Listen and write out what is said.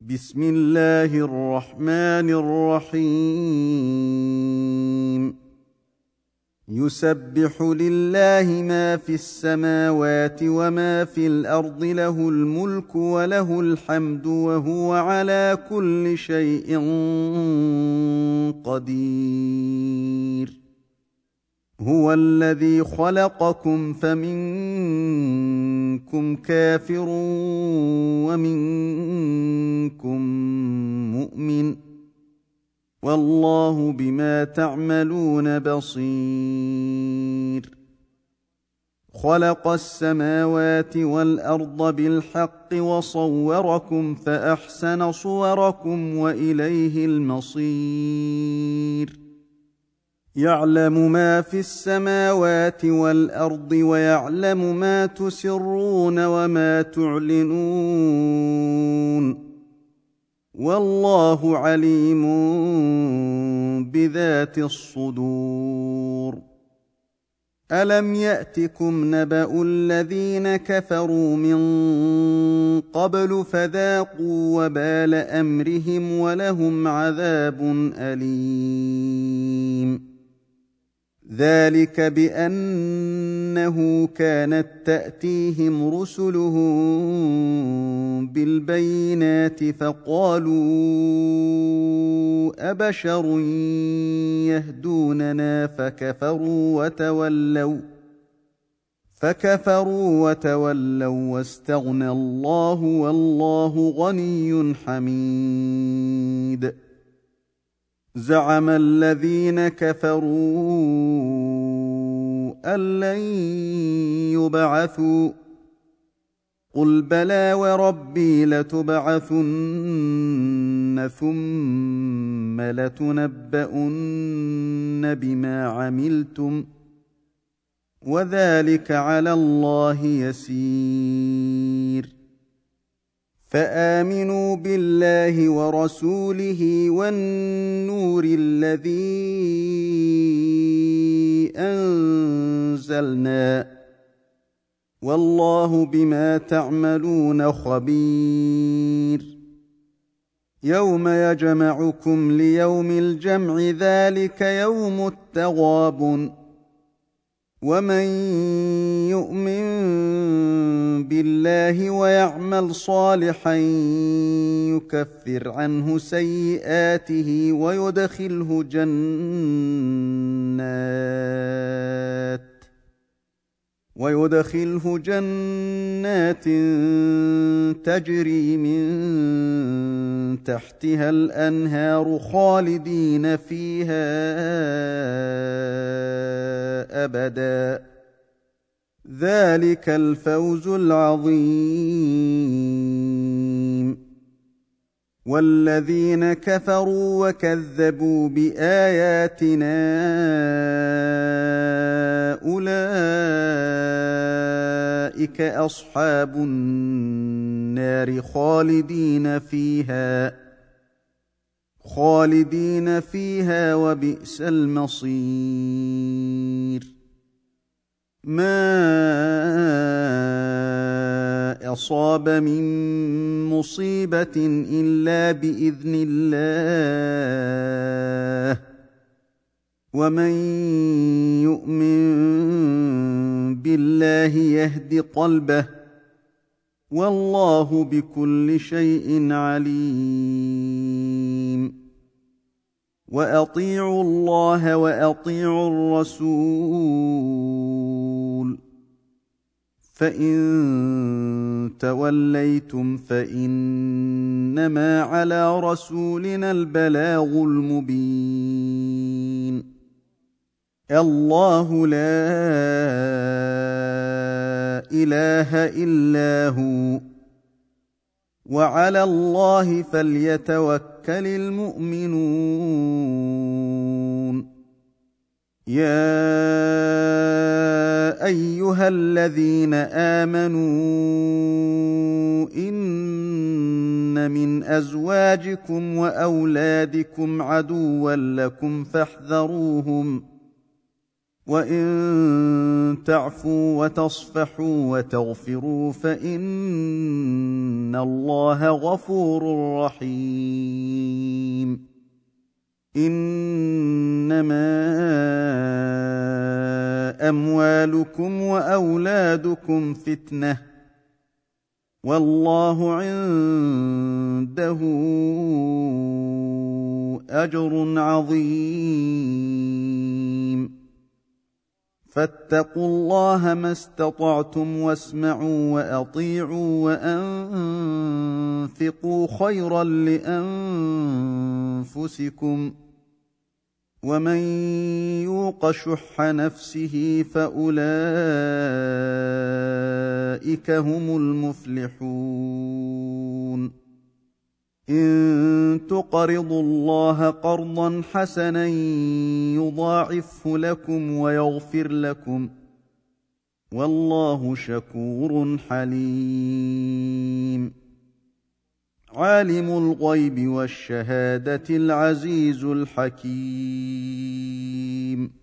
بسم الله الرحمن الرحيم يسبح لله ما في السماوات وما في الأرض له الملك وله الحمد وهو على كل شيء قدير هو الذي خلقكم فمنكم كافر ومنكم مؤمن والله بما تعملون بصير خلق السماوات والأرض بالحق وصوركم فأحسن صوركم وإليه المصير يعلم ما في السماوات والأرض ويعلم ما تسرون وما تعلنون والله عليم بذات الصدور ألم يأتكم نبأ الذين كفروا من قبل فذاقوا وبال أمرهم ولهم عذاب أليم ذلك بأنه كانت تأتيهم رسلهم بالبينات فقالوا أبشر يهدوننا فكفروا وتولوا واستغنى الله والله غني حميد زعم الذين كفروا أن لن يبعثوا قل بلى وربي لتبعثن ثم لتنبؤن بما عملتم وذلك على الله يسير فآمنوا بالله ورسوله والنور الذي أنزلنا والله بما تعملون خبير يوم يجمعكم ليوم الجمع ذلك يوم التغابن ومن يؤمن بالله ويعمل صالحا يكفر عنه سيئاته ويدخله جنات تجري من تحتها الأنهار خالدين فيها أبدا ذلك الفوز العظيم والذين كفروا وكذبوا بآياتنا أولئك أصحاب النار خالدين فيها وبئس المصير ما أصاب من مصيبة إلا بإذن الله ومن يؤمن بالله يهد قلبه والله بكل شيء عليم وأطيعوا الله وأطيعوا الرسول فإن توليتم فإنما على رسولنا البلاغ المبين الله لا إله إلا هو وعلى الله فليتوكل المؤمنون يا أيها الذين آمنوا إن من أزواجكم وأولادكم عدوا لكم فاحذروهم وان تعفوا وتصفحوا وتغفروا فان الله غفور رحيم. انما اموالكم واولادكم فتنه والله عنده اجر عظيم. فاتقوا الله ما استطعتم واسمعوا واطيعوا وانفقوا خيرا لانفسكم ومن يوق شح نفسه فاولئك هم المفلحون. ان تقرضوا الله قرضا حسنا يضاعفه لكم ويغفر لكم والله شكور حليم. عالم الغيب والشهاده العزيز الحكيم.